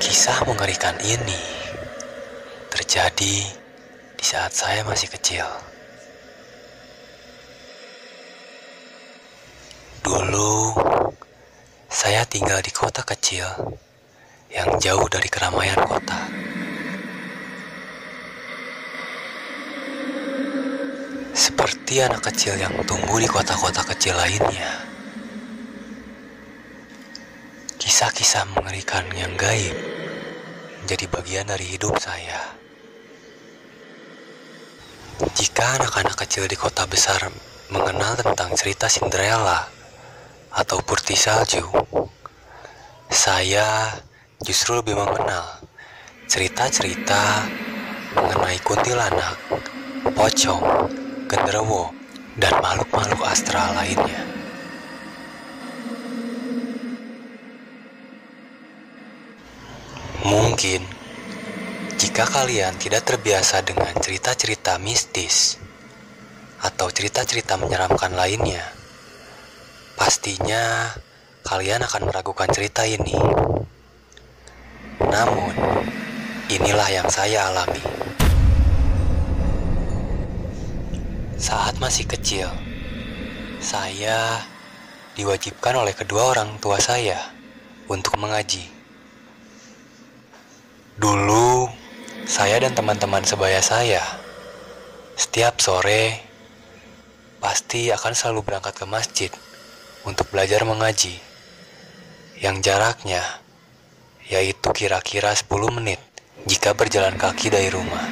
Kisah mengerikan ini terjadi di saat saya masih kecil. Dulu, saya tinggal di kota kecil yang jauh dari keramaian kota. Seperti anak kecil yang tumbuh di kota-kota kecil lainnya, kisah-kisah mengerikan yang gaib menjadi bagian dari hidup saya. Jika anak-anak kecil di kota besar mengenal tentang cerita Cinderella atau Putri Salju, saya justru lebih mengenal cerita-cerita mengenai kuntilanak, pocong, genderuwo, dan makhluk-makhluk astral lainnya. Mungkin jika kalian tidak terbiasa dengan cerita-cerita mistis atau cerita-cerita menyeramkan lainnya, pastinya kalian akan meragukan cerita ini. Namun, inilah yang saya alami. Saat masih kecil, saya diwajibkan oleh kedua orang tua saya untuk mengaji. Dulu, saya dan teman-teman sebaya saya setiap sore pasti akan selalu berangkat ke masjid untuk belajar mengaji, yang jaraknya yaitu kira-kira 10 menit jika berjalan kaki dari rumah.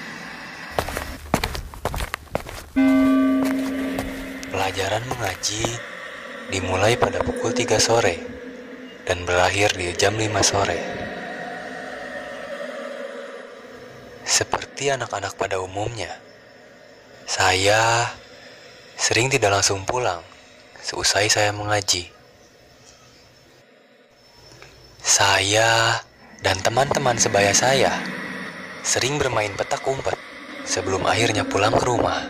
Pelajaran mengaji dimulai pada pukul 3 sore dan berakhir di jam 5 sore. Seperti anak-anak pada umumnya, saya sering tidak langsung pulang seusai saya mengaji. Saya dan teman-teman sebaya saya sering bermain petak umpet sebelum akhirnya pulang ke rumah.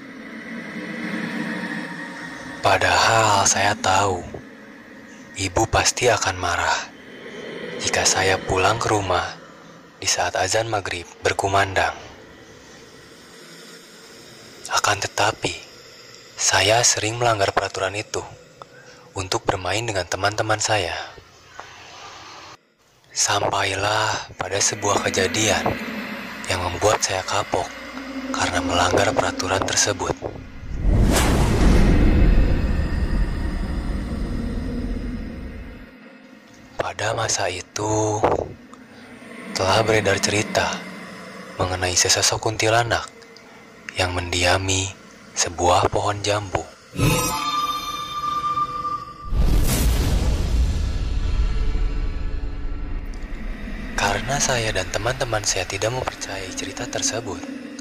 Padahal saya tahu ibu pasti akan marah jika saya pulang ke rumah di saat azan maghrib berkumandang. Akan tetapi, saya sering melanggar peraturan itu untuk bermain dengan teman-teman saya. Sampailah pada sebuah kejadian yang membuat saya kapok karena melanggar peraturan tersebut. Pada masa itu, telah beredar cerita mengenai sesosok kuntilanak yang mendiami sebuah pohon jambu. Karena saya dan teman-teman saya tidak mempercayai cerita tersebut,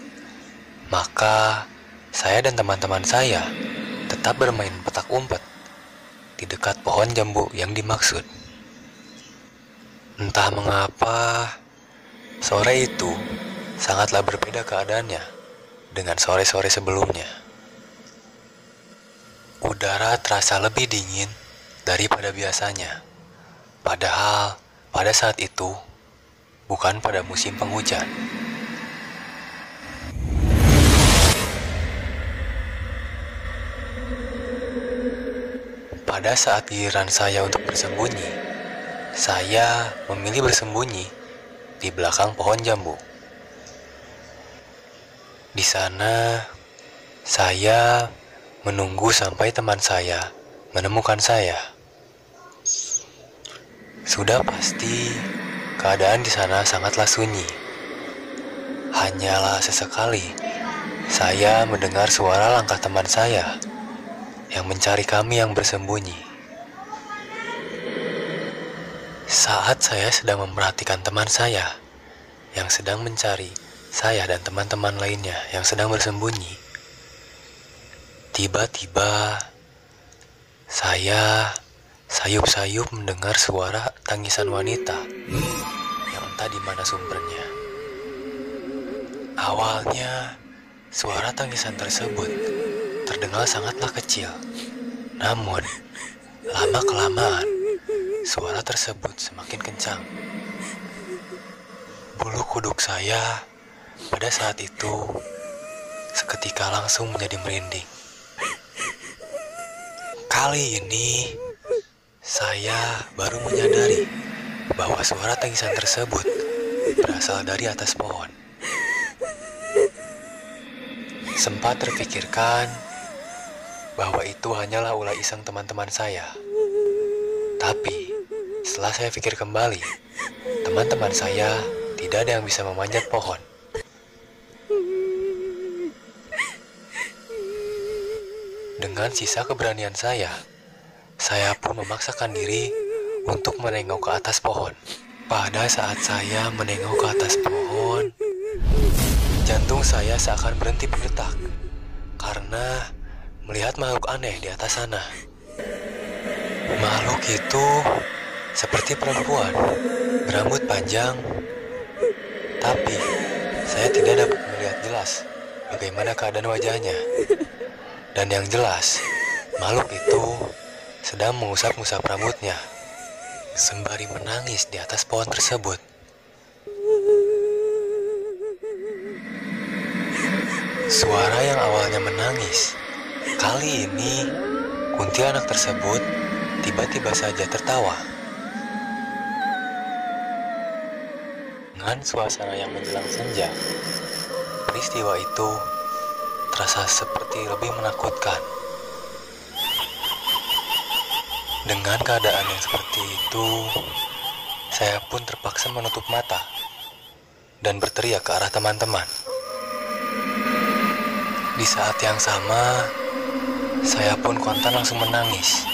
maka saya dan teman-teman saya tetap bermain petak umpet di dekat pohon jambu yang dimaksud. Entah mengapa, sore itu sangatlah berbeda keadaannya dengan sore-sore sebelumnya. Udara terasa lebih dingin daripada biasanya. Padahal pada saat itu bukan pada musim penghujan. Pada saat giliran saya untuk bersembunyi, saya memilih bersembunyi di belakang pohon jambu. Di sana, saya menunggu sampai teman saya menemukan saya. Sudah pasti, keadaan di sana sangatlah sunyi. Hanyalah sesekali, saya mendengar suara langkah teman saya yang mencari kami yang bersembunyi. Saat saya sedang memperhatikan teman saya yang sedang mencari saya dan teman-teman lainnya yang sedang bersembunyi, tiba-tiba saya sayup-sayup mendengar suara tangisan wanita yang entah di mana sumbernya. Awalnya, suara tangisan tersebut terdengar sangatlah kecil. Namun, lama-kelamaan, suara tersebut semakin kencang. Bulu kuduk saya pada saat itu seketika langsung menjadi merinding. Kali ini saya baru menyadari bahwa suara tangisan tersebut berasal dari atas pohon. Sempat terpikirkan bahwa itu hanyalah ulah iseng teman-teman saya. Tapi setelah saya pikir kembali, teman-teman saya tidak ada yang bisa memanjat pohon. Dengan sisa keberanian saya pun memaksakan diri untuk menengok ke atas pohon. Pada saat saya menengok ke atas pohon, jantung saya seakan berhenti berdetak karena melihat makhluk aneh di atas sana. Makhluk itu seperti perempuan, berambut panjang, tapi saya tidak dapat melihat jelas bagaimana keadaan wajahnya. Dan yang jelas, makhluk itu sedang mengusap-ngusap rambutnya sembari menangis di atas pohon tersebut. Suara yang awalnya menangis, kali ini kuntilanak tersebut tiba-tiba saja tertawa. Dengan suasana yang menjelang senja, peristiwa itu terasa seperti lebih menakutkan. Dengan keadaan yang seperti itu, saya pun terpaksa menutup mata dan berteriak ke arah teman-teman. Di saat yang sama, saya pun kontan langsung menangis.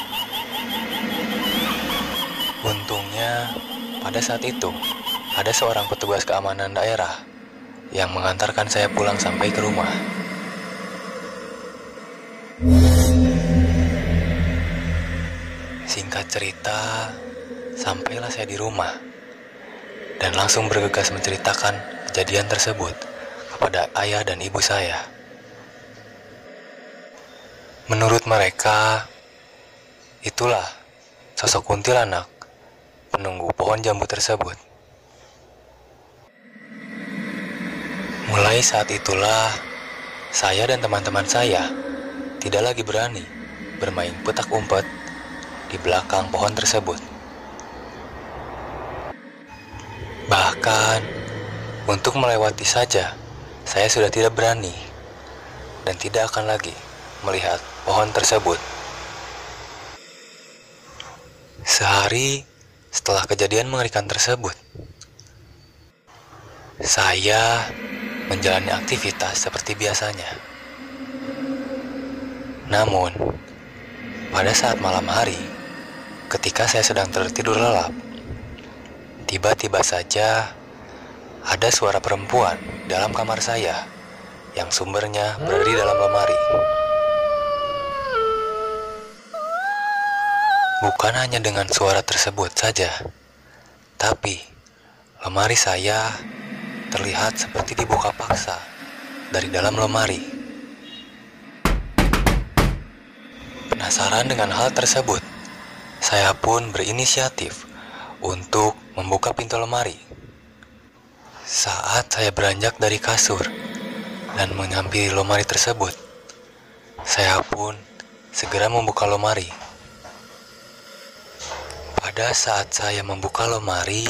Untungnya, pada saat itu, ada seorang petugas keamanan daerah yang mengantarkan saya pulang sampai ke rumah. Singkat cerita, sampailah saya di rumah dan langsung bergegas menceritakan kejadian tersebut kepada ayah dan ibu saya. Menurut mereka, itulah sosok kuntilanak penunggu pohon jambu tersebut. Mulai saat itulah, saya dan teman-teman saya tidak lagi berani bermain petak umpet di belakang pohon tersebut. Bahkan, untuk melewati saja, saya sudah tidak berani dan tidak akan lagi melihat pohon tersebut. Sehari setelah kejadian mengerikan tersebut, saya menjalani aktivitas seperti biasanya. Namun, pada saat malam hari, ketika saya sedang tertidur lelap, tiba-tiba saja ada suara perempuan dalam kamar saya yang sumbernya berada di dalam lemari. Bukan hanya dengan suara tersebut saja, tapi lemari saya terlihat seperti dibuka paksa dari dalam lemari. Penasaran dengan hal tersebut, saya pun berinisiatif untuk membuka pintu lemari. Saat saya beranjak dari kasur dan menghampiri lemari tersebut, saya pun segera membuka lemari. Pada saat saya membuka lemari,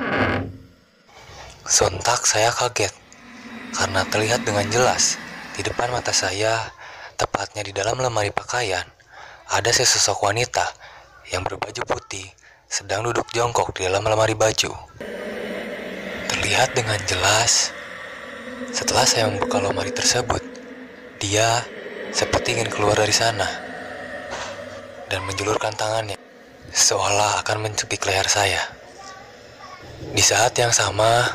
sontak saya kaget karena terlihat dengan jelas di depan mata saya, tepatnya di dalam lemari pakaian, ada sesosok wanita yang berbaju putih sedang duduk jongkok di dalam lemari baju. Terlihat dengan jelas setelah saya membuka lemari tersebut, dia seperti ingin keluar dari sana dan menjulurkan tangannya seolah akan mencekik leher saya. Di saat yang sama,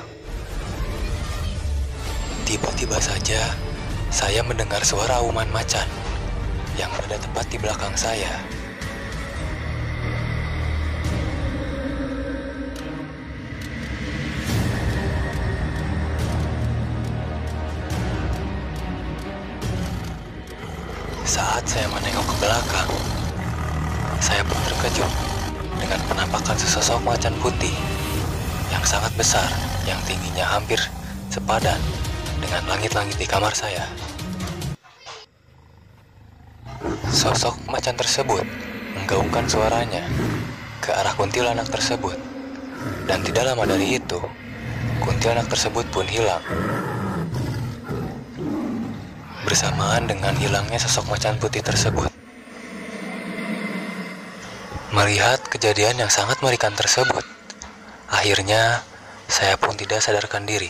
tiba-tiba saja saya mendengar suara auman macan yang berada tepat di belakang saya. Saat saya menengok ke belakang, saya pun terkejut dengan penampakan sesosok macan putih yang sangat besar yang tingginya hampir sepadan dengan langit-langit di kamar saya. Sosok macan tersebut menggaungkan suaranya ke arah kuntilanak tersebut, dan tidak lama dari itu, kuntilanak tersebut pun hilang. Bersamaan dengan hilangnya sosok macan putih tersebut. Melihat kejadian yang sangat mengerikan tersebut, akhirnya saya pun tidak sadarkan diri.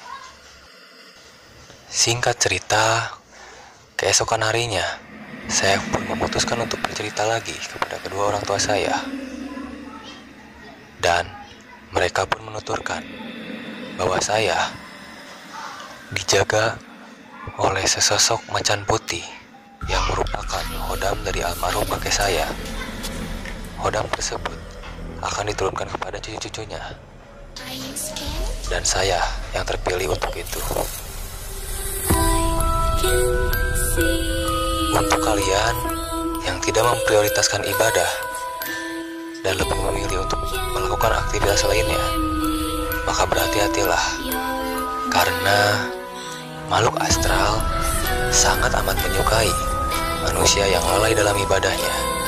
Singkat cerita, keesokan harinya, saya pun memutuskan untuk bercerita lagi kepada kedua orang tua saya. Dan mereka pun menuturkan bahwa saya dijaga oleh sesosok macan putih yang merupakan hodam dari almarhum kakek saya. Hodam tersebut akan diturunkan kepada cucu-cucunya, dan saya yang terpilih untuk itu. Untuk kalian yang tidak memprioritaskan ibadah dan lebih memilih untuk melakukan aktivitas lainnya, maka berhati-hatilah, karena makhluk astral sangat amat menyukai manusia yang lalai dalam ibadahnya.